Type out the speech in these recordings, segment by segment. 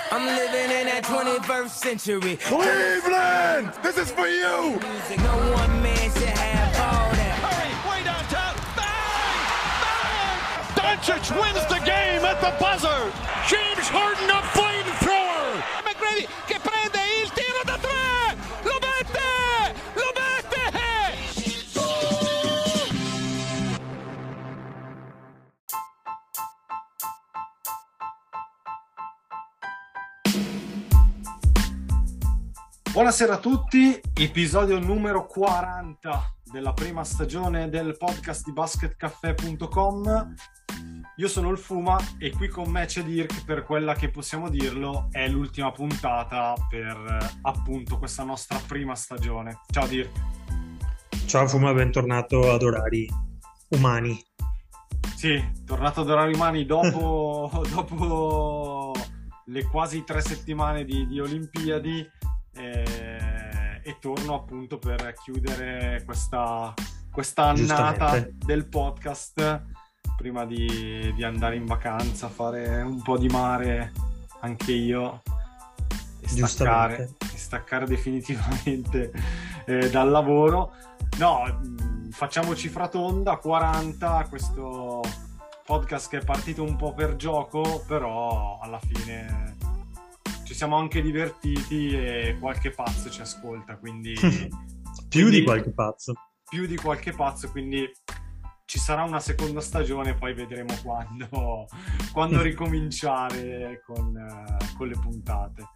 I'm living in that 21st century. Cleveland, this is for you. No one man should have all that. Hurry, way downtown. Bang! Bang! Doncic wins the game at the buzzer. James Harden, a flamethrower. McGrady che prende il tiro da tre. Lo mette! Lo mette! Buonasera a tutti, episodio numero 40 della prima stagione del podcast di basketcaffè.com. Io sono il Fuma e qui con me c'è Dirk per quella che possiamo dirlo è l'ultima puntata per appunto questa nostra prima stagione. Ciao Dirk. Ciao Fuma, bentornato ad orari umani. Sì, tornato ad orari umani dopo le quasi 3 settimane di Olimpiadi. E torno appunto per chiudere questa annata del podcast prima di andare in vacanza, fare un po' di mare anche io e staccare definitivamente dal lavoro. No, facciamoci fratonda, 40, questo podcast che è partito un po' per gioco, però alla fine ci siamo anche divertiti e qualche pazzo ci ascolta, quindi più di qualche pazzo, quindi ci sarà una seconda stagione, poi vedremo quando ricominciare con le puntate.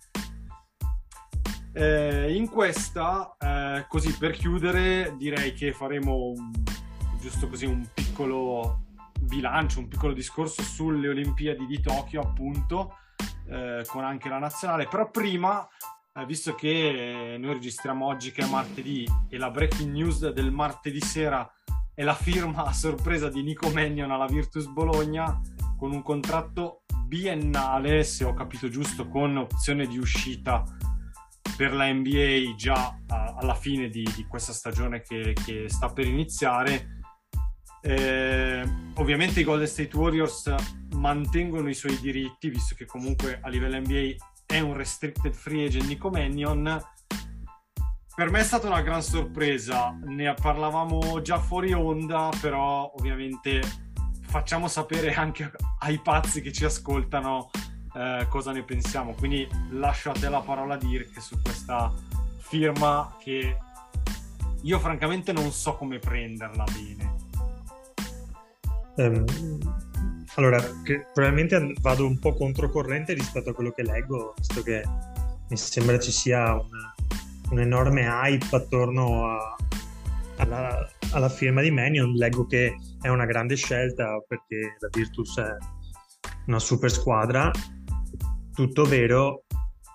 In questa, così per chiudere, direi che faremo giusto così un piccolo bilancio, un piccolo discorso sulle Olimpiadi di Tokyo, appunto, con anche la nazionale. Però prima, visto che noi registriamo oggi che è martedì e la breaking news del martedì sera è la firma a sorpresa di Nico Mannion alla Virtus Bologna con un contratto biennale, se ho capito giusto, con opzione di uscita per la NBA già alla fine di questa stagione che sta per iniziare. Ovviamente i Golden State Warriors mantengono i suoi diritti, visto che comunque a livello NBA è un restricted free agent Nico Mannion. Per me è stata una gran sorpresa, ne parlavamo già fuori onda, però ovviamente facciamo sapere anche ai pazzi che ci ascoltano cosa ne pensiamo, quindi lascio a te la parola, Dirk, su questa firma che io francamente non so come prenderla bene. Allora, probabilmente vado un po' controcorrente rispetto a quello che leggo, visto che mi sembra ci sia un enorme hype attorno alla firma di Mannion. Leggo che è una grande scelta perché la Virtus è una super squadra, tutto vero,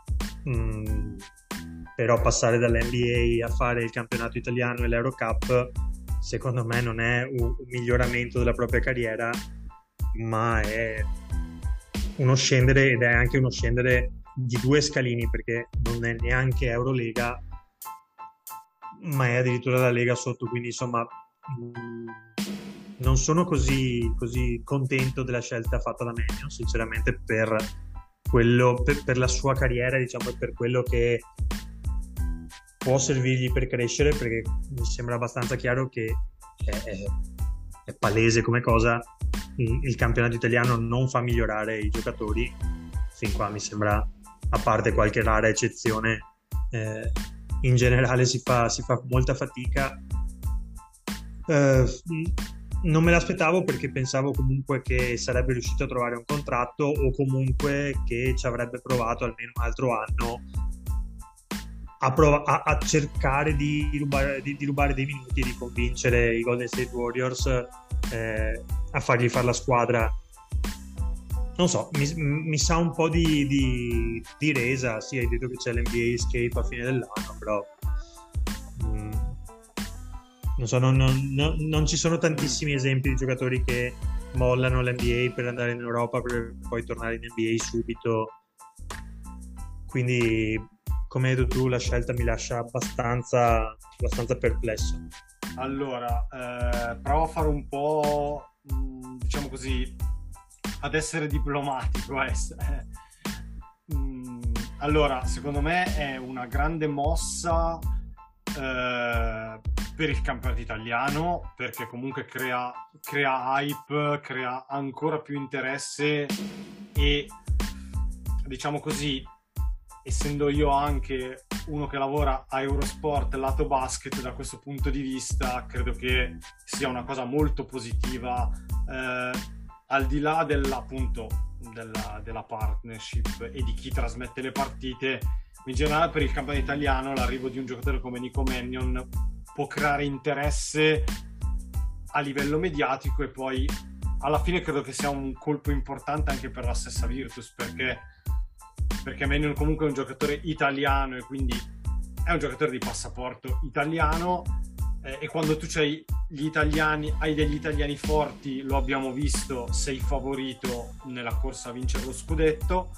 però passare dall'NBA a fare il campionato italiano e l'Eurocup secondo me non è un miglioramento della propria carriera, ma è uno scendere, ed è anche uno scendere di 2 scalini, perché non è neanche Eurolega, ma è addirittura la Lega sotto, quindi insomma non sono così contento della scelta fatta da Mannion, sinceramente, per la sua carriera, diciamo, e per quello che può servirgli per crescere, perché mi sembra abbastanza chiaro che è palese come cosa. Il campionato italiano non fa migliorare i giocatori, fin qua mi sembra, a parte qualche rara eccezione, in generale si fa molta fatica. Non me l'aspettavo, perché pensavo comunque che sarebbe riuscito a trovare un contratto, o comunque che ci avrebbe provato almeno un altro anno a cercare di rubare dei minuti e di convincere i Golden State Warriors a fargli fare la squadra. Non so, mi sa un po' di resa. Sì, hai detto che c'è l'NBA Escape a fine dell'anno, però non so, non ci sono tantissimi esempi di giocatori che mollano l'NBA per andare in Europa per poi tornare in NBA subito, quindi come hai detto tu la scelta mi lascia abbastanza perplesso. Allora, provo a fare un po', diciamo così, ad essere diplomatico. Allora, secondo me è una grande mossa per il campionato italiano, perché comunque crea hype, crea ancora più interesse e, diciamo così, essendo io anche uno che lavora a Eurosport lato basket, da questo punto di vista credo che sia una cosa molto positiva, al di là della partnership e di chi trasmette le partite. In generale, per il campionato italiano l'arrivo di un giocatore come Nico Mannion può creare interesse a livello mediatico, e poi alla fine credo che sia un colpo importante anche per la stessa Virtus, perché Mannion comunque è un giocatore italiano e quindi è un giocatore di passaporto italiano, e quando tu hai degli italiani forti, lo abbiamo visto, sei favorito nella corsa a vincere lo scudetto.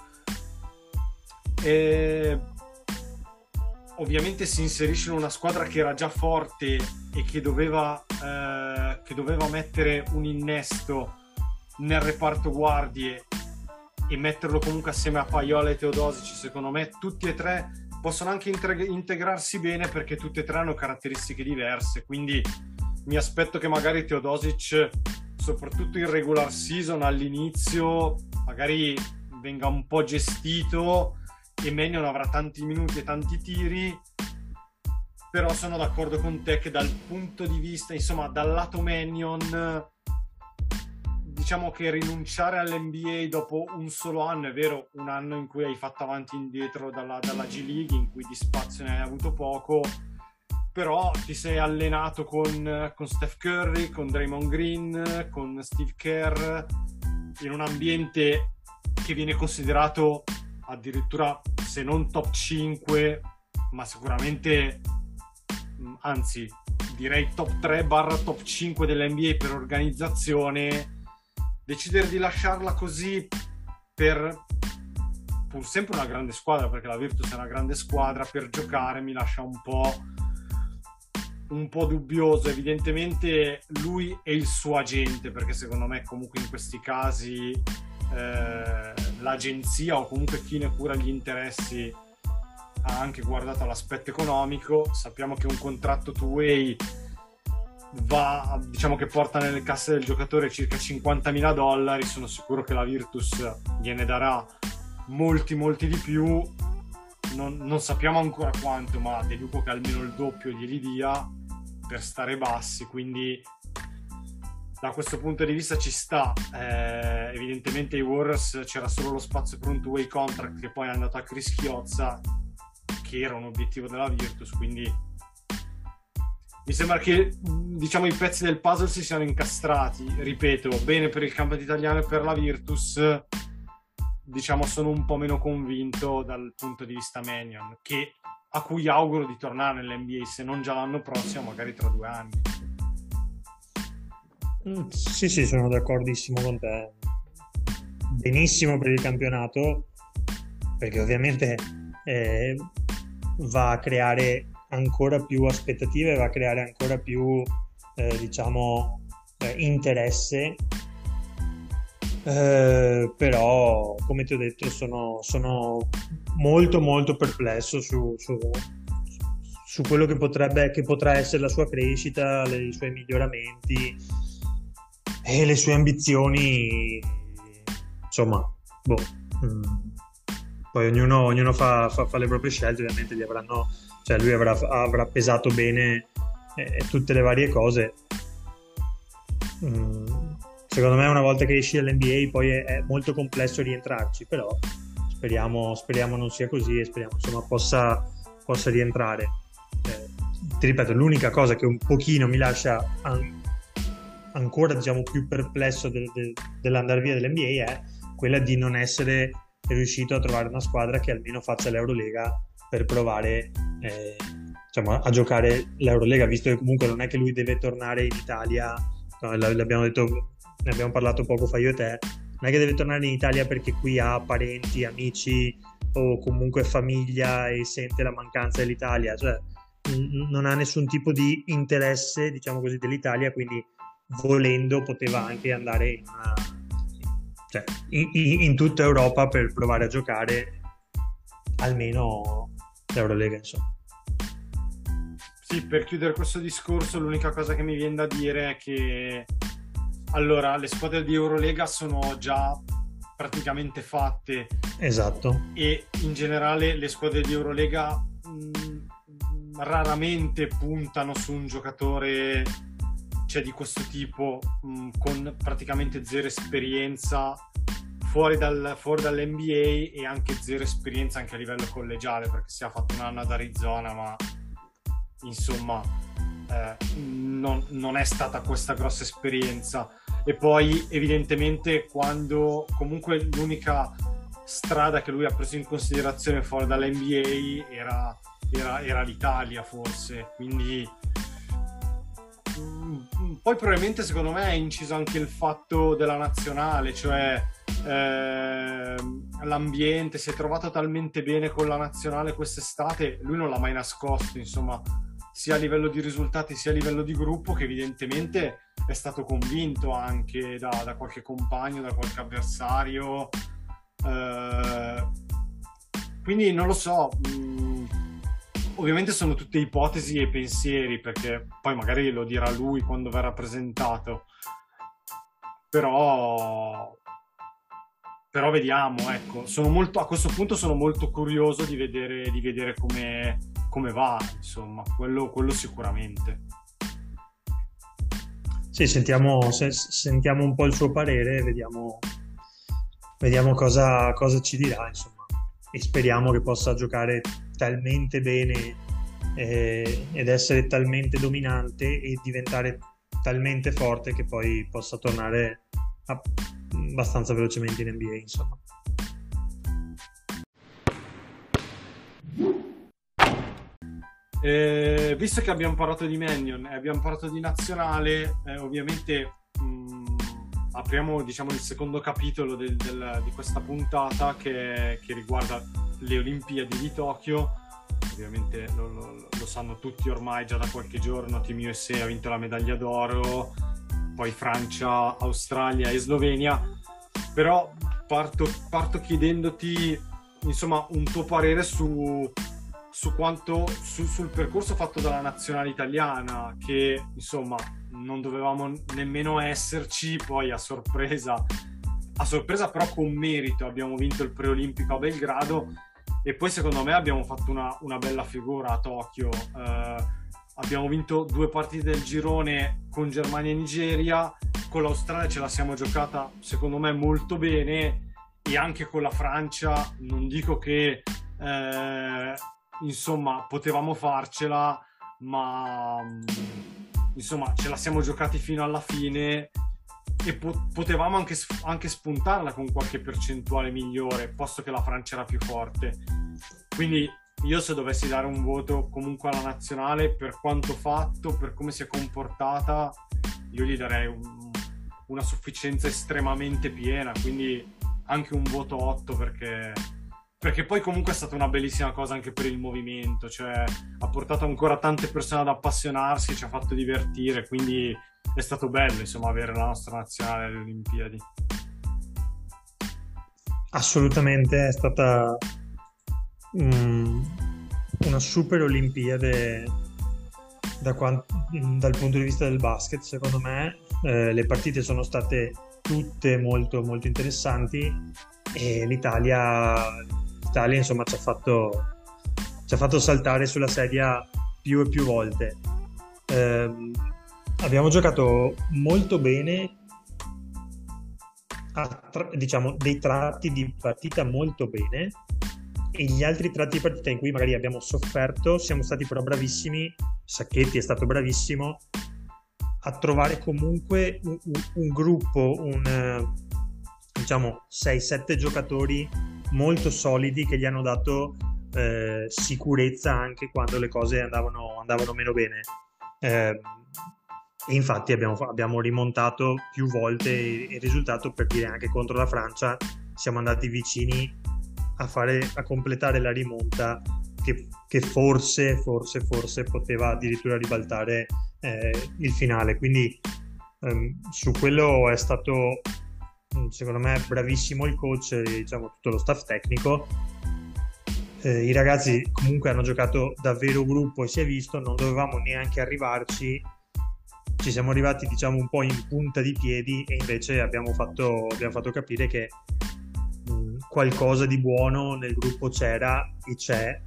E ovviamente si inserisce in una squadra che era già forte e che doveva mettere un innesto nel reparto guardie e metterlo comunque assieme a Paiola e Teodosic. Secondo me tutti e tre possono anche integrarsi bene, perché tutti e tre hanno caratteristiche diverse, quindi mi aspetto che magari Teodosic, soprattutto in regular season all'inizio, magari venga un po' gestito e Mannion avrà tanti minuti e tanti tiri. Però sono d'accordo con te che dal punto di vista, insomma, dal lato Mannion, diciamo che rinunciare all'NBA dopo un solo anno, è vero, un anno in cui hai fatto avanti e indietro dalla G League, in cui di spazio ne hai avuto poco, però ti sei allenato con Steph Curry, con Draymond Green, con Steve Kerr, in un ambiente che viene considerato addirittura, se non top 5, ma sicuramente, anzi direi top 3/top 5 dell'NBA per organizzazione. Decidere di lasciarla così, per pur sempre una grande squadra, perché la Virtus è una grande squadra, per giocare mi lascia un po' dubbioso. Evidentemente lui e il suo agente, perché secondo me comunque in questi casi l'agenzia o comunque chi ne cura gli interessi ha anche guardato all'aspetto economico. Sappiamo che un contratto two-way va, diciamo che porta nelle casse del giocatore circa $50.000. Sono sicuro che la Virtus gliene darà molti di più, non sappiamo ancora quanto, ma deduco che almeno il doppio glieli dia per stare bassi, quindi da questo punto di vista ci sta. Evidentemente i Warriors c'era solo lo spazio per un two-way contract che poi è andato a Chris Chiozza, che era un obiettivo della Virtus, quindi mi sembra che, diciamo, i pezzi del puzzle si siano incastrati. Ripeto, bene per il campionato italiano e per la Virtus. Diciamo, sono un po' meno convinto dal punto di vista Mannion, a cui auguro di tornare nell'NBA, se non già l'anno prossimo, magari tra 2 anni. Sì, sono d'accordissimo con te. Benissimo per il campionato, perché ovviamente va a creare ancora più aspettative, va a creare ancora più interesse, però come ti ho detto sono molto perplesso su quello che potrà essere la sua crescita, i suoi miglioramenti e le sue ambizioni. Insomma, poi ognuno fa le proprie scelte, ovviamente lui avrà pesato bene tutte le varie cose. Secondo me una volta che esci dall'NBA poi è molto complesso rientrarci, però speriamo non sia così, e speriamo insomma possa rientrare. Ti ripeto, l'unica cosa che un pochino mi lascia ancora, diciamo, più perplesso dell'andare via dell'NBA è quella di non essere riuscito a trovare una squadra che almeno faccia l'Eurolega per provare a giocare l'Eurolega, visto che comunque non è che lui deve tornare in Italia. L'abbiamo detto, ne abbiamo parlato poco fa io e te, non è che deve tornare in Italia perché qui ha parenti, amici o comunque famiglia e sente la mancanza dell'Italia, cioè non ha nessun tipo di interesse, diciamo così, dell'Italia, quindi volendo poteva anche andare in tutta Europa per provare a giocare almeno l'Eurolega, insomma. Sì, per chiudere questo discorso, l'unica cosa che mi viene da dire è che allora le squadre di Eurolega sono già praticamente fatte. Esatto. E in generale le squadre di Eurolega raramente puntano su un giocatore, cioè, di questo tipo, con praticamente zero esperienza fuori dall'NBA e anche zero esperienza anche a livello collegiale, perché si è fatto un anno ad Arizona, ma insomma non è stata questa grossa esperienza. E poi evidentemente quando comunque l'unica strada che lui ha preso in considerazione fuori dall'NBA era l'Italia, forse, quindi poi probabilmente secondo me è inciso anche il fatto della nazionale, cioè l'ambiente. Si è trovato talmente bene con la nazionale quest'estate, lui non l'ha mai nascosto, insomma, sia a livello di risultati sia a livello di gruppo, che evidentemente è stato convinto anche da qualche compagno, da qualche avversario, quindi non lo so, ovviamente sono tutte ipotesi e pensieri, perché poi magari lo dirà lui quando verrà presentato, però vediamo, ecco. A questo punto sono molto curioso di vedere come va, insomma, quello sicuramente. Sì, sentiamo un po' il suo parere, vediamo cosa ci dirà, insomma, e speriamo che possa giocare talmente bene ed essere talmente dominante e diventare talmente forte che poi possa tornare abbastanza velocemente in NBA, insomma. Visto che abbiamo parlato di Mannion e abbiamo parlato di nazionale, ovviamente apriamo, diciamo, il secondo capitolo di questa puntata che riguarda le Olimpiadi di Tokyo. Ovviamente lo sanno tutti ormai già da qualche giorno, Team USA ha vinto la medaglia d'oro, poi Francia, Australia e Slovenia. Però parto chiedendoti, insomma, un tuo parere sul percorso fatto dalla nazionale italiana, che insomma non dovevamo nemmeno esserci, poi a sorpresa però con merito abbiamo vinto il preolimpico a Belgrado, e poi secondo me abbiamo fatto una bella figura a Tokyo. Abbiamo vinto 2 partite del girone con Germania e Nigeria, con l'Australia ce la siamo giocata secondo me molto bene, e anche con la Francia non dico che insomma potevamo farcela, ma insomma ce la siamo giocati fino alla fine, e potevamo anche spuntarla con qualche percentuale migliore, posto che la Francia era più forte. Quindi io, se dovessi dare un voto comunque alla nazionale, per quanto fatto, per come si è comportata, io gli darei una sufficienza estremamente piena, quindi anche un voto 8, perché poi comunque è stata una bellissima cosa anche per il movimento, cioè ha portato ancora tante persone ad appassionarsi, ci ha fatto divertire, quindi è stato bello, insomma, avere la nostra nazionale alle Olimpiadi. Assolutamente, è stata una super Olimpiade dal punto di vista del basket, secondo me. Le partite sono state tutte molto molto interessanti, e l'Italia insomma ci ha fatto saltare sulla sedia più e più volte. Abbiamo giocato molto bene, diciamo dei tratti di partita molto bene, e gli altri tratti di partita in cui magari abbiamo sofferto siamo stati però bravissimi. Sacchetti è stato bravissimo a trovare comunque un gruppo, diciamo 6-7 giocatori molto solidi, che gli hanno dato sicurezza anche quando le cose andavano meno bene, e infatti abbiamo rimontato più volte il risultato. Per dire, anche contro la Francia siamo andati vicini a completare la rimonta, che forse poteva addirittura ribaltare il finale. Quindi su quello è stato, secondo me, bravissimo il coach e, diciamo, tutto lo staff tecnico. I ragazzi comunque hanno giocato davvero gruppo e si è visto, non dovevamo neanche arrivarci, ci siamo arrivati diciamo un po' in punta di piedi e invece abbiamo fatto capire che qualcosa di buono nel gruppo c'era e c'è,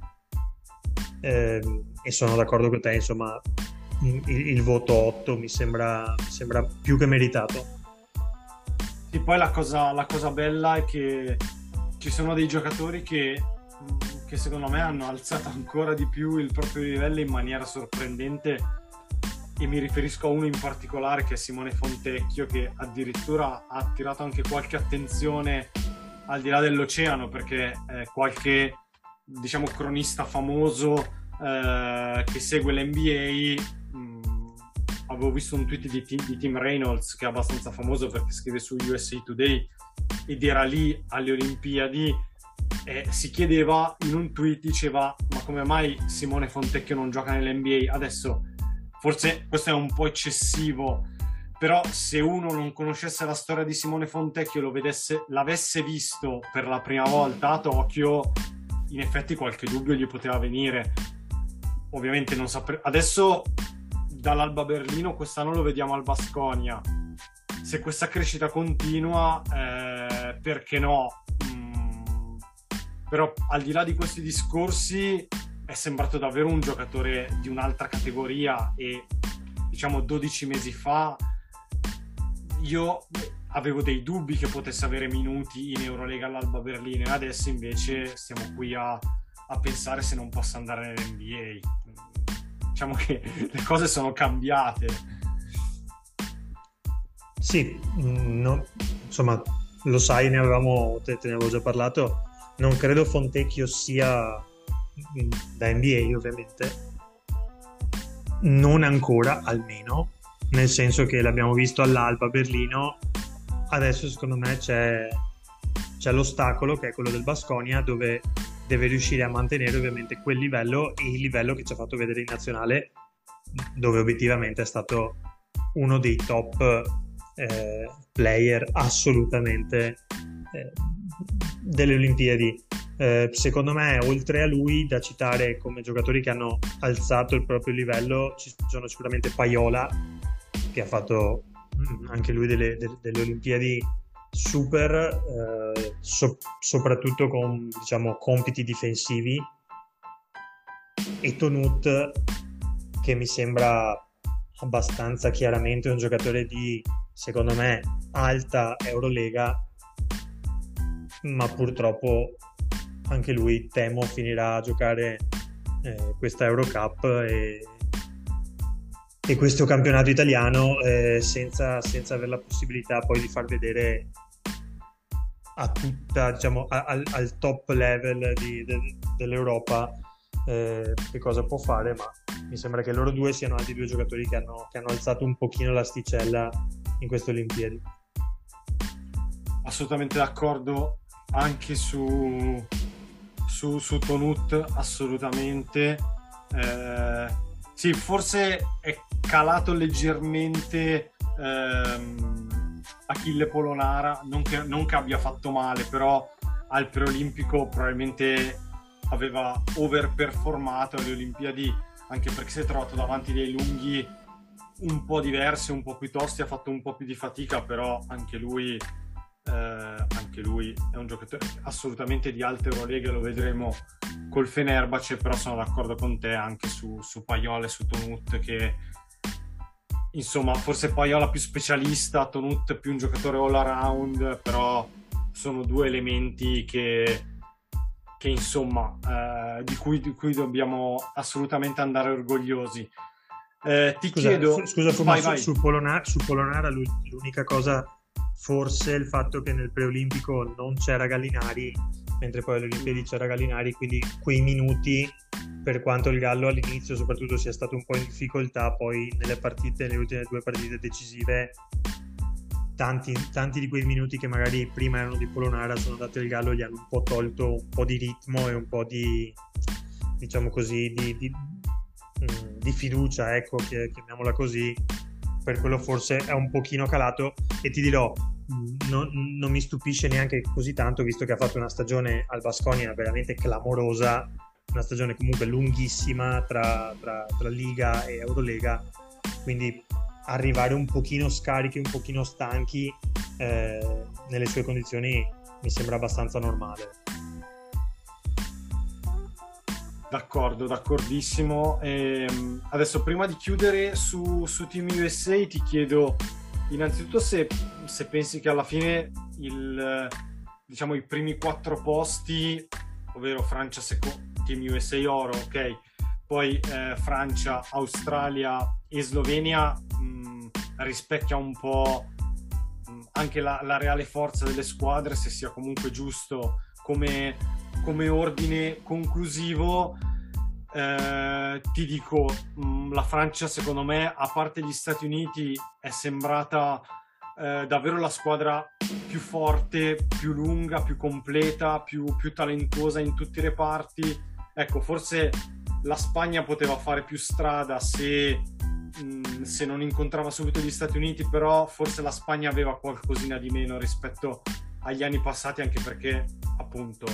e sono d'accordo con te, insomma il voto 8 mi sembra più che meritato. E poi la cosa bella è che ci sono dei giocatori che secondo me hanno alzato ancora di più il proprio livello in maniera sorprendente, e mi riferisco a uno in particolare che è Simone Fontecchio, che addirittura ha attirato anche qualche attenzione al di là dell'oceano, perché qualche diciamo cronista famoso che segue l'NBA, avevo visto un tweet di Tim Reynolds, che è abbastanza famoso perché scrive su USA Today ed era lì alle Olimpiadi, si chiedeva in un tweet, diceva: ma come mai Simone Fontecchio non gioca nell'NBA? Adesso forse questo è un po' eccessivo, però se uno non conoscesse la storia di Simone Fontecchio, l'avesse visto per la prima volta a Tokyo, in effetti qualche dubbio gli poteva venire. Ovviamente non adesso dall'Alba Berlino quest'anno lo vediamo al Baskonia, se questa crescita continua perché no? Però al di là di questi discorsi è sembrato davvero un giocatore di un'altra categoria, e diciamo 12 mesi fa io avevo dei dubbi che potesse avere minuti in Eurolega all'Alba Berlino, e adesso invece stiamo qui a pensare se non possa andare nell'NBA. Diciamo che le cose sono cambiate. Sì, no, insomma, lo sai, te ne avevo già parlato. Non credo Fontecchio sia da NBA, ovviamente. Non ancora, almeno. Nel senso che l'abbiamo visto all'Alba Berlino. Adesso, secondo me, c'è l'ostacolo, che è quello del Baskonia, dove deve riuscire a mantenere ovviamente quel livello e il livello che ci ha fatto vedere in nazionale, dove obiettivamente è stato uno dei top player assolutamente delle Olimpiadi. Secondo me, oltre a lui, da citare come giocatori che hanno alzato il proprio livello, ci sono sicuramente Paiola, che ha fatto anche lui delle Olimpiadi super, soprattutto con diciamo compiti difensivi, e Tonut, che mi sembra abbastanza chiaramente un giocatore di, secondo me, alta Eurolega, ma purtroppo anche lui temo finirà a giocare questa Eurocup e questo campionato italiano senza avere la possibilità poi di far vedere a tutta, diciamo, al top level dell'Europa che cosa può fare. Ma mi sembra che loro due siano altri due giocatori che hanno alzato un pochino l'asticella in queste Olimpiadi. Assolutamente d'accordo anche su Tonut, assolutamente. Sì, forse è calato leggermente Achille Polonara, non che abbia fatto male, però al preolimpico probabilmente aveva overperformato alle Olimpiadi, anche perché si è trovato davanti dei lunghi un po' diversi, un po' più tosti, ha fatto un po' più di fatica, però anche lui è un giocatore assolutamente di alta Eurolega, lo vedremo col Fenerbahce. Però sono d'accordo con te anche su Paiola e su Tonut, che insomma forse Paiola più specialista, Tonut più un giocatore all around, però sono due elementi che insomma di cui dobbiamo assolutamente andare orgogliosi. Scusa, vai. Su Polonara l'unica cosa, forse il fatto che nel preolimpico non c'era Gallinari, mentre poi alle Olimpiadi c'era Gallinari, quindi quei minuti, per quanto il Gallo all'inizio soprattutto sia stato un po' in difficoltà, poi nelle ultime due partite decisive, tanti di quei minuti che magari prima erano di Polonara sono andati al Gallo, gli hanno un po' tolto un po' di ritmo e un po' di, diciamo così, di fiducia, ecco, chiamiamola così. Per quello forse è un pochino calato, e ti dirò, non mi stupisce neanche così tanto, visto che ha fatto una stagione al Baskonia veramente clamorosa, una stagione comunque lunghissima tra Liga e Eurolega, quindi arrivare un pochino scarichi, un pochino stanchi nelle sue condizioni mi sembra abbastanza normale. D'accordissimo. Adesso, prima di chiudere su Team USA, ti chiedo innanzitutto se pensi che alla fine diciamo i primi 4 posti, ovvero Francia, Team USA oro, ok, poi Francia, Australia e Slovenia, rispecchia un po' anche la reale forza delle squadre, se sia comunque giusto come ordine conclusivo. Ti dico, la Francia secondo me, a parte gli Stati Uniti, è sembrata davvero la squadra più forte, più lunga, più completa, più talentuosa in tutti i reparti. Ecco, forse la Spagna poteva fare più strada se non incontrava subito gli Stati Uniti, però forse la Spagna aveva qualcosina di meno rispetto agli anni passati, anche perché appunto,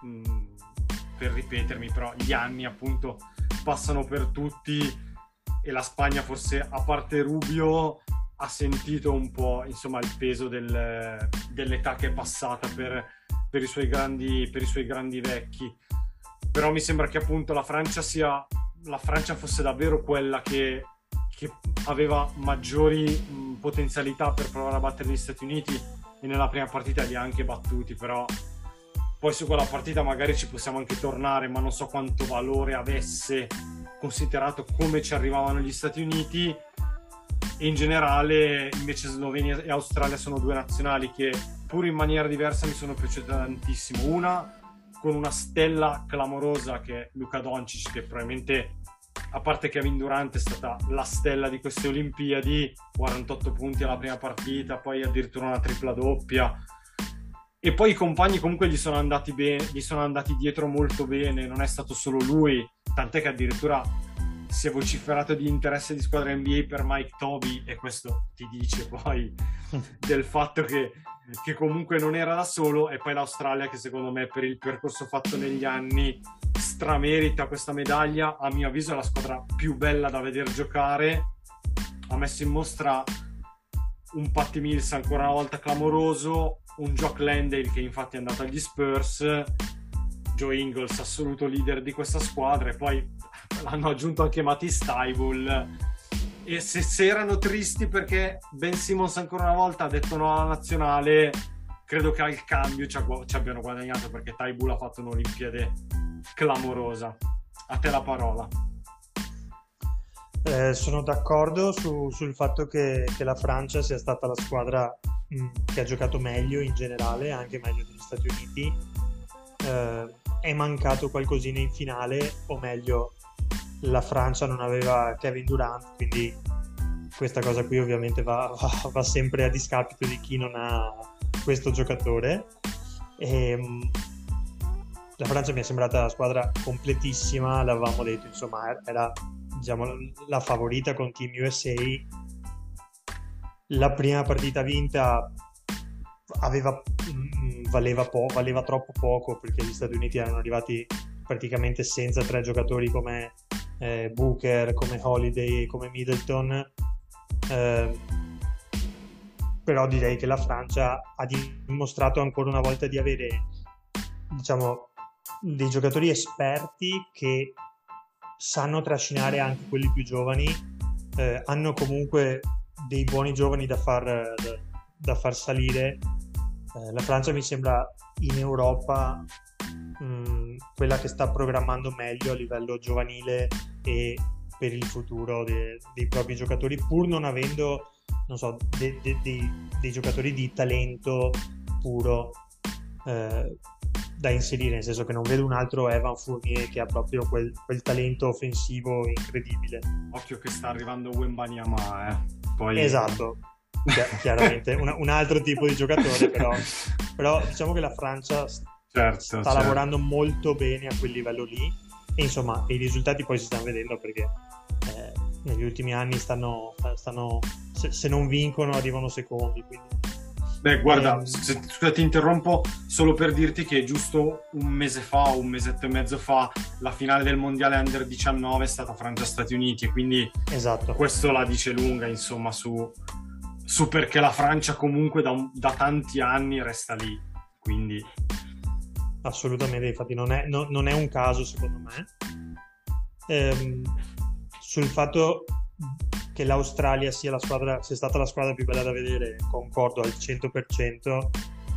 per ripetermi, però gli anni appunto passano per tutti e la Spagna, forse a parte Rubio, ha sentito un po', insomma, il peso dell'età che è passata per i suoi grandi vecchi. Però mi sembra che appunto la Francia fosse davvero quella che aveva maggiori potenzialità per provare a battere gli Stati Uniti, e nella prima partita li ha anche battuti. Però poi su quella partita magari ci possiamo anche tornare, ma non so quanto valore avesse, considerato come ci arrivavano gli Stati Uniti. E in generale invece Slovenia e Australia sono 2 nazionali che, pur in maniera diversa, mi sono piaciute tantissimo. Una con una stella clamorosa che è Luka Doncic, che probabilmente, a parte Kevin Durant, è stata la stella di queste Olimpiadi, 48 punti alla prima partita, poi addirittura una tripla doppia. E poi i compagni comunque gli sono andati dietro molto bene, non è stato solo lui, tant'è che addirittura si è vociferato di interesse di squadra NBA per Mike Tobey, e questo ti dice poi del fatto che comunque non era da solo. E poi l'Australia, che secondo me, per il percorso fatto negli anni, stramerita questa medaglia. A mio avviso è la squadra più bella da vedere giocare, ha messo in mostra un Patty Mills ancora una volta clamoroso, un Jock Landale che infatti è andato agli Spurs, Joe Ingles assoluto leader di questa squadra, e poi l'hanno aggiunto anche Matisse Thybulle. E se erano tristi perché Ben Simmons ancora una volta ha detto no alla nazionale, credo che al cambio ci abbiano guadagnato, perché Thybulle ha fatto un'Olimpiade clamorosa. A te la parola. Sono d'accordo sul fatto che la Francia sia stata la squadra che ha giocato meglio in generale, anche meglio degli Stati Uniti. È mancato qualcosina in finale, o meglio, la Francia non aveva Kevin Durant, quindi questa cosa qui ovviamente va sempre a discapito di chi non ha questo giocatore. La Francia mi è sembrata una squadra completissima, l'avevamo detto, insomma era, diciamo, la favorita con Team USA. La prima partita vinta valeva troppo poco, perché gli Stati Uniti erano arrivati praticamente senza 3 giocatori come Booker, come Holiday, come Middleton. Però direi che la Francia ha dimostrato ancora una volta di avere, diciamo, dei giocatori esperti che sanno trascinare anche quelli più giovani. Hanno comunque dei buoni giovani da far salire. La Francia mi sembra in Europa quella che sta programmando meglio a livello giovanile e per il futuro dei propri giocatori, pur non avendo, non so, dei giocatori di talento puro da inserire, nel senso che non vedo un altro Evan Fournier che ha proprio quel talento offensivo incredibile. Occhio che sta arrivando Wembanyama, poi... Esatto, chiaramente un altro tipo di giocatore, però diciamo che la Francia sta lavorando molto bene a quel livello lì, e insomma i risultati poi si stanno vedendo, perché negli ultimi anni stanno se non vincono arrivano secondi, quindi. Beh, guarda, scusa, ti interrompo solo per dirti che giusto un mese fa, un mesetto e mezzo fa, la finale del mondiale Under 19 è stata Francia-Stati Uniti, e quindi esatto, questo la dice lunga, insomma, su perché la Francia comunque da tanti anni resta lì, quindi... assolutamente, infatti non è un caso secondo me. Sul fatto che l'Australia sia stata la squadra più bella da vedere, concordo al 100%.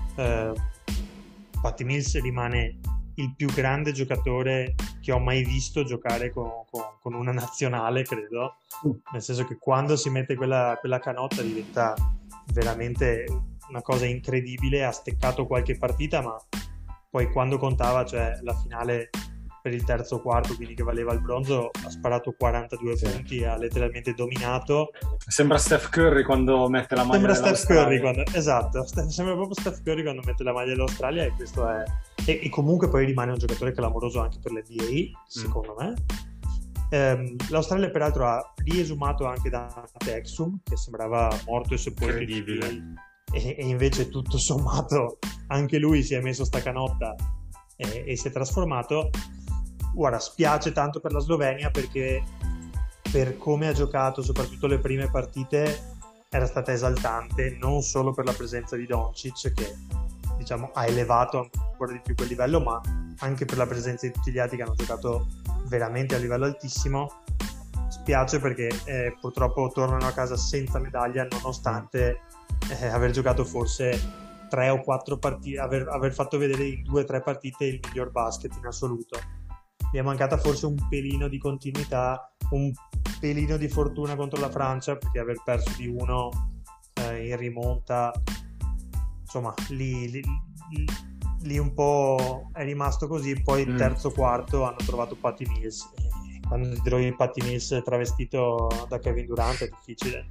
Patty Mills rimane il più grande giocatore che ho mai visto giocare con una nazionale, credo, nel senso che quando si mette quella canotta diventa veramente una cosa incredibile. Ha steccato qualche partita, ma poi quando contava, cioè la finale per il terzo quarto, quindi che valeva il bronzo, ha sparato 42 punti, ha letteralmente dominato. Sembra Steph Curry quando mette la maglia dell'Australia. Esatto, sembra proprio Steph Curry quando mette la maglia dell'Australia, e questo è... E comunque poi rimane un giocatore clamoroso anche per l'NBA, secondo me. L'Australia peraltro ha riesumato anche Dante Exum, che sembrava morto e sepolto, incredibile, e invece tutto sommato anche lui si è messo sta canotta e si è trasformato. Guarda, spiace tanto per la Slovenia, perché per come ha giocato, soprattutto le prime partite, era stata esaltante, non solo per la presenza di Doncic, che diciamo ha elevato ancora di più quel livello, ma anche per la presenza di tutti gli altri che hanno giocato veramente a livello altissimo. Spiace perché purtroppo tornano a casa senza medaglia, nonostante aver giocato forse 3 o 4 partite, aver fatto vedere in 2 o 3 partite il miglior basket in assoluto. Mi è mancata forse un pelino di continuità, un pelino di fortuna contro la Francia, perché aver perso di 1 in rimonta, insomma, lì un po' è rimasto così. Poi il terzo quarto hanno trovato Patty Mills, e quando ti trovi Patty Mills travestito da Kevin Durant è difficile.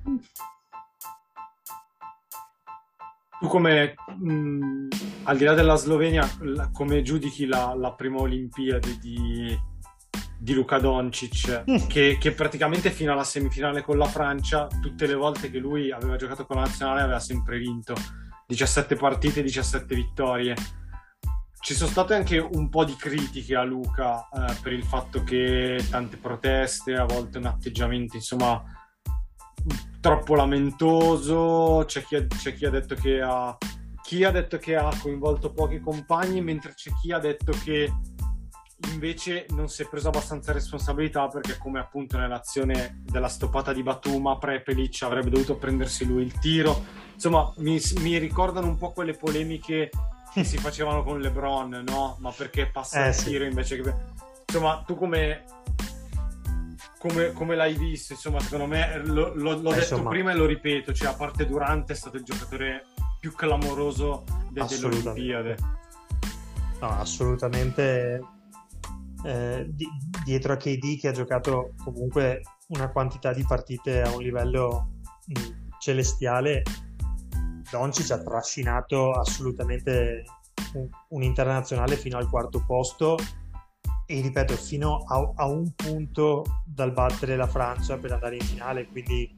Tu come, al di là della Slovenia, come giudichi la prima Olimpiade di Luka Doncic, che praticamente fino alla semifinale con la Francia, tutte le volte che lui aveva giocato con la nazionale aveva sempre vinto, 17 partite, 17 vittorie. Ci sono state anche un po' di critiche a Luka per il fatto che tante proteste, a volte un atteggiamento, insomma, troppo lamentoso. C'è chi ha detto che ha coinvolto pochi compagni, mentre c'è chi ha detto che invece non si è preso abbastanza responsabilità, perché come appunto nell'azione della stoppata di Batum, Prepelic avrebbe dovuto prendersi lui il tiro. Insomma, mi ricordano un po' quelle polemiche che si facevano con LeBron, no? Ma perché passa il tiro invece che... Insomma, tu come l'hai visto? Insomma, secondo me l'ho detto prima e lo ripeto, cioè a parte Durant è stato il giocatore più clamoroso delle Olimpiadi. No, assolutamente. Dietro a KD, che ha giocato comunque una quantità di partite a un livello celestiale, Doncic ha trascinato assolutamente un internazionale fino al quarto posto, e ripeto, fino a un punto dal battere la Francia per andare in finale. Quindi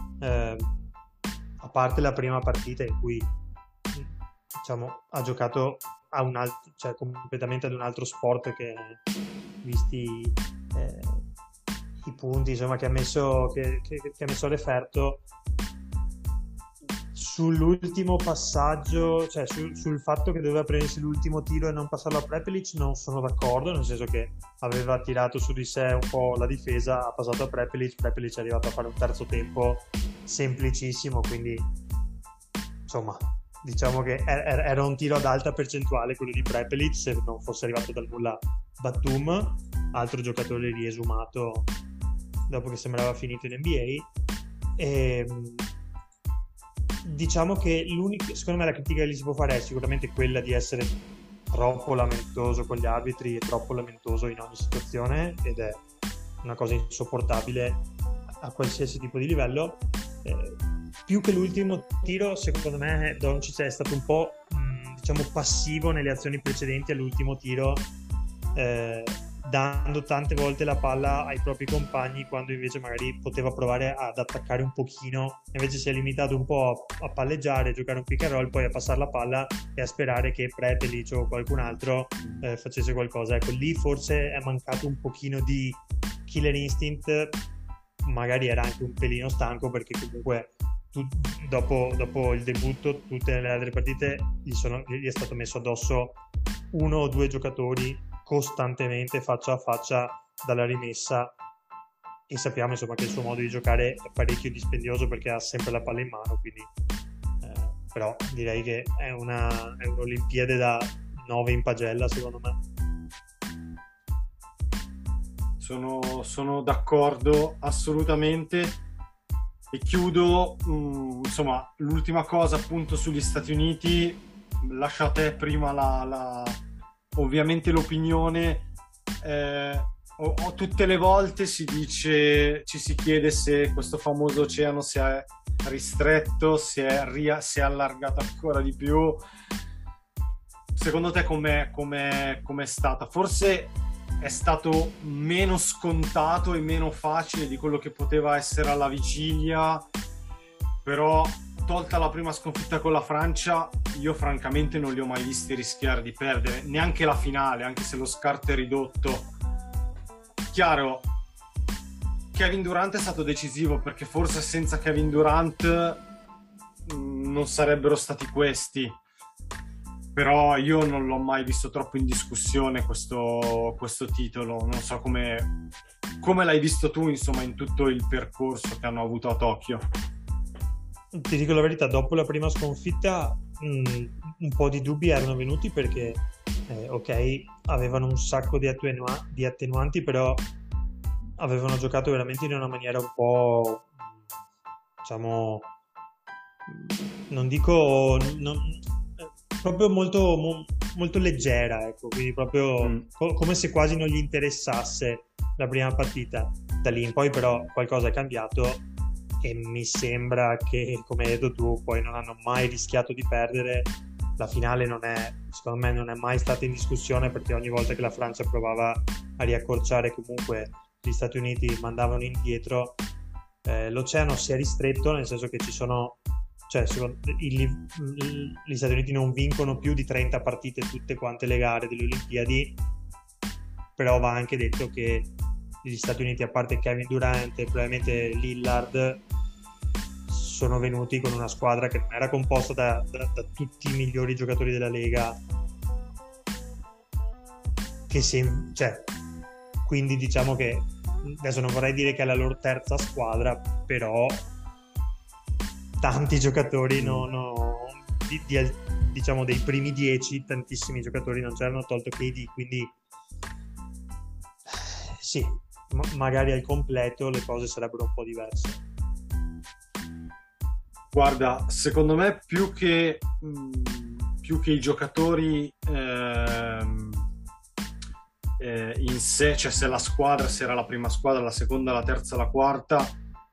a parte la prima partita in cui diciamo ha giocato a cioè completamente ad un altro sport, che visti i punti, insomma, che ha messo a referto. Sull'ultimo passaggio, cioè sul fatto che doveva prendersi l'ultimo tiro e non passarlo a Prepelic, non sono d'accordo, nel senso che aveva tirato su di sé un po' la difesa, ha passato a Prepelic è arrivato a fare un terzo tempo semplicissimo, quindi insomma diciamo che era un tiro ad alta percentuale quello di Prepelic, se non fosse arrivato dal nulla Batum, altro giocatore riesumato dopo che sembrava finito in NBA. E diciamo che secondo me la critica che gli si può fare è sicuramente quella di essere troppo lamentoso con gli arbitri e troppo lamentoso in ogni situazione, ed è una cosa insopportabile a qualsiasi tipo di livello. Più che l'ultimo tiro, secondo me Doncic è stato un po' diciamo passivo nelle azioni precedenti all'ultimo tiro, dando tante volte la palla ai propri compagni quando invece magari poteva provare ad attaccare un pochino, invece si è limitato un po' a palleggiare, a giocare un pick and roll, poi a passare la palla e a sperare che Prepelic o qualcun altro facesse qualcosa. Ecco, lì forse è mancato un pochino di killer instinct, magari era anche un pelino stanco, perché comunque dopo il debutto tutte le altre partite gli è stato messo addosso uno o due giocatori costantemente faccia a faccia dalla rimessa, e sappiamo insomma che il suo modo di giocare è parecchio dispendioso perché ha sempre la palla in mano, quindi però direi che è un'Olimpiade da 9 in pagella, secondo me. Sono d'accordo assolutamente, e chiudo insomma l'ultima cosa appunto sugli Stati Uniti. Lasciate prima ovviamente l'opinione. Tutte le volte ci si chiede se questo famoso oceano si è ristretto, si è allargato ancora di più. Secondo te com'è stata? Forse è stato meno scontato e meno facile di quello che poteva essere alla vigilia, però tolta la prima sconfitta con la Francia, io francamente non li ho mai visti rischiare di perdere neanche la finale, anche se lo scarto è ridotto. Chiaro, Kevin Durant è stato decisivo, perché forse senza Kevin Durant non sarebbero stati questi, però io non l'ho mai visto troppo in discussione questo titolo. Non so come l'hai visto tu, insomma, in tutto il percorso che hanno avuto a Tokyo. Ti dico la verità, dopo la prima sconfitta un po' di dubbi erano venuti, perché ok, avevano un sacco di attenuanti, però avevano giocato veramente in una maniera un po', diciamo, non dico proprio molto leggera, ecco, quindi proprio come se quasi non gli interessasse la prima partita. Da lì in poi però qualcosa è cambiato, e mi sembra che, come hai detto tu, poi non hanno mai rischiato di perdere. La finale secondo me non è mai stata in discussione, perché ogni volta che la Francia provava a riaccorciare, comunque gli Stati Uniti mandavano indietro. L'oceano si è ristretto, nel senso che ci sono, cioè gli Stati Uniti non vincono più di 30 partite tutte quante le gare delle Olimpiadi, però va anche detto che gli Stati Uniti, a parte Kevin Durant e probabilmente Lillard, sono venuti con una squadra che non era composta da tutti i migliori giocatori della Lega, quindi diciamo che adesso non vorrei dire che è la loro terza squadra, però tanti giocatori diciamo dei primi 10, tantissimi giocatori non c'erano, tolto KD, quindi sì, magari al completo le cose sarebbero un po' diverse. Guarda, secondo me più che i giocatori in sé, cioè se era la prima squadra, la seconda, la terza, la quarta,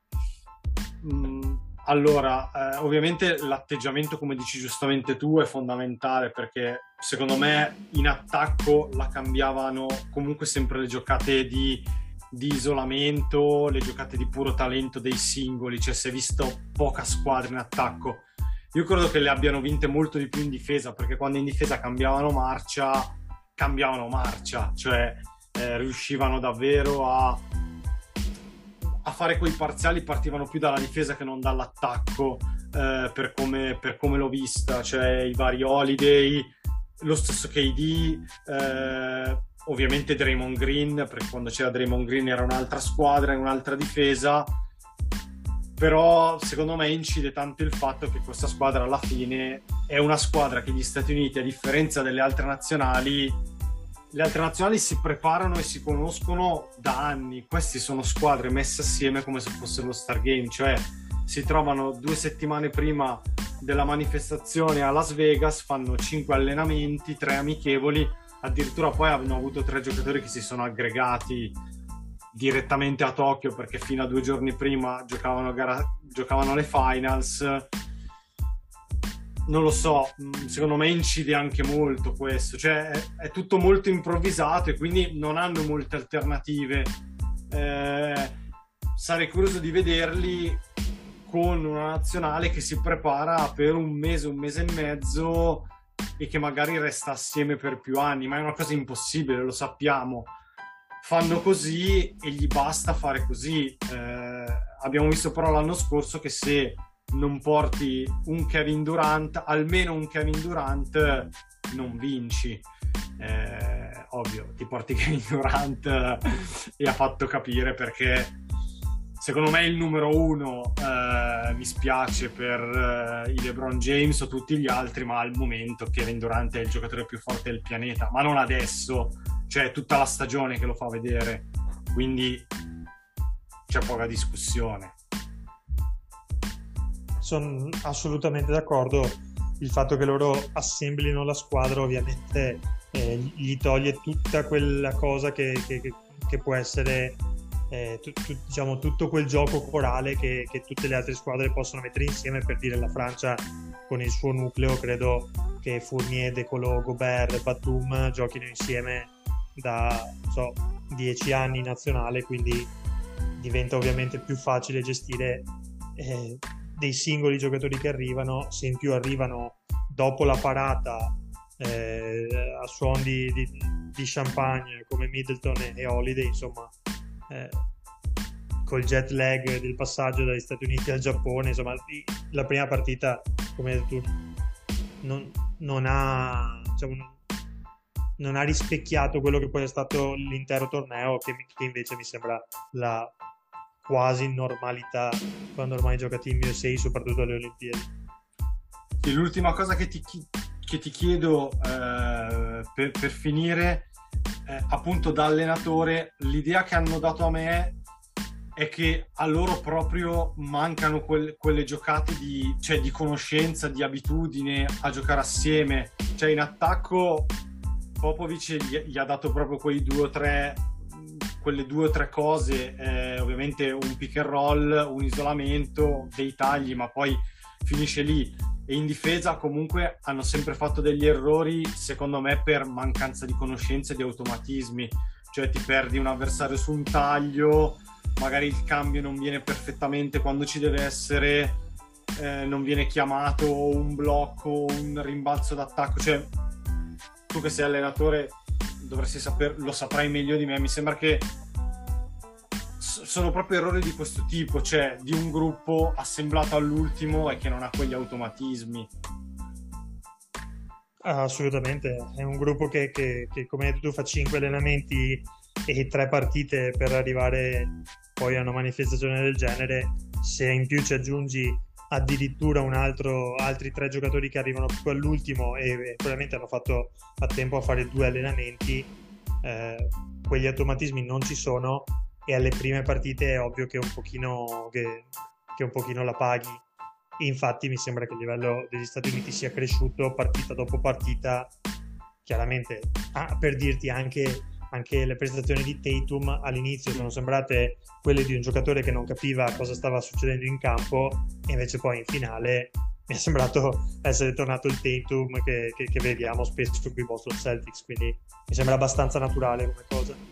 allora ovviamente l'atteggiamento, come dici giustamente tu, è fondamentale, perché secondo me in attacco la cambiavano comunque sempre le giocate di isolamento, le giocate di puro talento dei singoli, cioè si è visto poca squadra in attacco. Io credo che le abbiano vinte molto di più in difesa, perché quando in difesa cambiavano marcia, cioè riuscivano davvero a fare quei parziali, partivano più dalla difesa che non dall'attacco, per come l'ho vista, cioè i vari Holiday, lo stesso KD, ovviamente Draymond Green, perché quando c'era Draymond Green era un'altra squadra, in un'altra difesa. Però secondo me incide tanto il fatto che questa squadra alla fine è una squadra che gli Stati Uniti, a differenza delle altre nazionali, le altre nazionali si preparano e si conoscono da anni. Queste sono squadre messe assieme come se fosse lo Star Game, cioè si trovano 2 settimane prima della manifestazione a Las Vegas, fanno 5 allenamenti, 3 amichevoli, addirittura poi hanno avuto 3 giocatori che si sono aggregati direttamente a Tokyo, perché fino a 2 giorni prima giocavano le finals. non lo so, secondo me incide anche molto questo, cioè è tutto molto improvvisato e quindi non hanno molte alternative. Sarei curioso di vederli con una nazionale che si prepara per un mese e mezzo e che magari resta assieme per più anni, ma è una cosa impossibile, lo sappiamo. Fanno così e gli basta fare così. Abbiamo visto però l'anno scorso che se non porti un Kevin Durant, almeno un Kevin Durant, non vinci. Ovvio, ti porti Kevin Durant e ha fatto capire, perché secondo me il numero uno, mi spiace per i LeBron James o tutti gli altri, ma al momento Kevin Durant è il giocatore più forte del pianeta, ma non adesso, cioè tutta la stagione che lo fa vedere, quindi c'è poca discussione. Sono assolutamente d'accordo. Il fatto che loro assemblino la squadra ovviamente gli toglie tutta quella cosa che può essere diciamo tutto quel gioco corale che tutte le altre squadre possono mettere insieme. Per dire, la Francia con il suo nucleo, credo che Fournier, De Colo, Gobert, Batum giochino insieme da 10 anni in nazionale, quindi diventa ovviamente più facile gestire dei singoli giocatori che arrivano. Se in più arrivano dopo la parata a suon di champagne come Middleton e Holiday, insomma, col jet lag del passaggio dagli Stati Uniti al Giappone, insomma la prima partita, come hai detto tu, non ha rispecchiato quello che poi è stato l'intero torneo, che invece mi sembra la quasi normalità quando ormai gioca Team USA, soprattutto alle Olimpiadi. E l'ultima cosa che ti chiedo per finire, appunto da allenatore, l'idea che hanno dato a me è che a loro proprio mancano quelle giocate di conoscenza, di abitudine a giocare assieme. Cioè in attacco Popovic gli ha dato proprio quelle 2 o 3 cose, ovviamente un pick and roll, un isolamento, dei tagli, ma poi finisce lì. E in difesa comunque hanno sempre fatto degli errori, secondo me, per mancanza di conoscenze e di automatismi. Cioè ti perdi un avversario su un taglio, magari il cambio non viene perfettamente quando ci deve essere, non viene chiamato un blocco, un rimbalzo d'attacco. Cioè tu che sei allenatore dovresti lo saprai meglio di me. Mi sembra che sono proprio errori di questo tipo, cioè di un gruppo assemblato all'ultimo e che non ha quegli automatismi. Assolutamente, è un gruppo che come hai detto tu fa 5 allenamenti e 3 partite per arrivare poi a una manifestazione del genere. Se in più ci aggiungi addirittura altri 3 giocatori che arrivano più all'ultimo e probabilmente hanno fatto a tempo a fare 2 allenamenti, quegli automatismi non ci sono, e alle prime partite è ovvio che un pochino la paghi. Infatti mi sembra che il livello degli Stati Uniti sia cresciuto partita dopo partita. Chiaramente, per dirti, anche le prestazioni di Tatum all'inizio sono sembrate quelle di un giocatore che non capiva cosa stava succedendo in campo, e invece poi in finale mi è sembrato essere tornato il Tatum che vediamo spesso con i Boston Celtics, quindi mi sembra abbastanza naturale come cosa.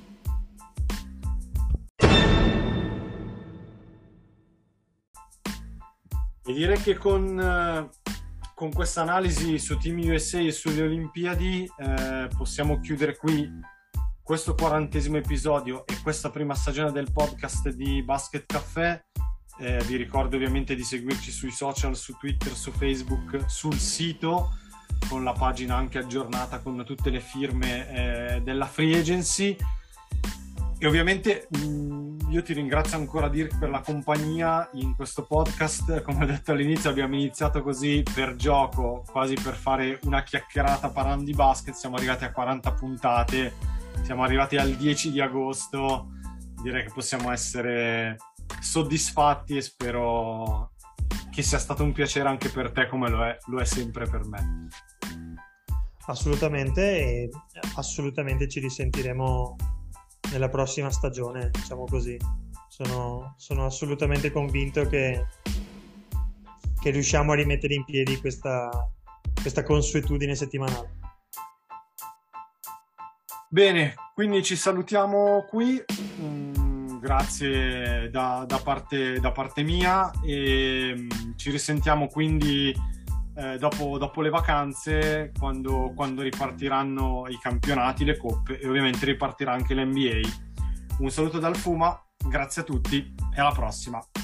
E direi che con questa analisi su Team USA e sulle Olimpiadi possiamo chiudere qui questo 40° episodio e questa prima stagione del podcast di Basket Caffè. Vi ricordo ovviamente di seguirci sui social, su Twitter, su Facebook, sul sito, con la pagina anche aggiornata con tutte le firme della Free Agency. E ovviamente io ti ringrazio ancora, Dirk, per la compagnia in questo podcast. Come ho detto all'inizio, abbiamo iniziato così per gioco, quasi per fare una chiacchierata parlando di basket. Siamo arrivati a 40 puntate, siamo arrivati al 10 di agosto. Direi che possiamo essere soddisfatti e spero che sia stato un piacere anche per te, come lo è sempre per me. Assolutamente, e assolutamente ci risentiremo nella prossima stagione, diciamo così. Sono assolutamente convinto che riusciamo a rimettere in piedi questa questa consuetudine settimanale. Bene, quindi ci salutiamo qui. Grazie da parte mia e ci risentiamo quindi dopo le vacanze, quando ripartiranno i campionati, le coppe e ovviamente ripartirà anche l'NBA. Un saluto dal Fuma, grazie a tutti e alla prossima.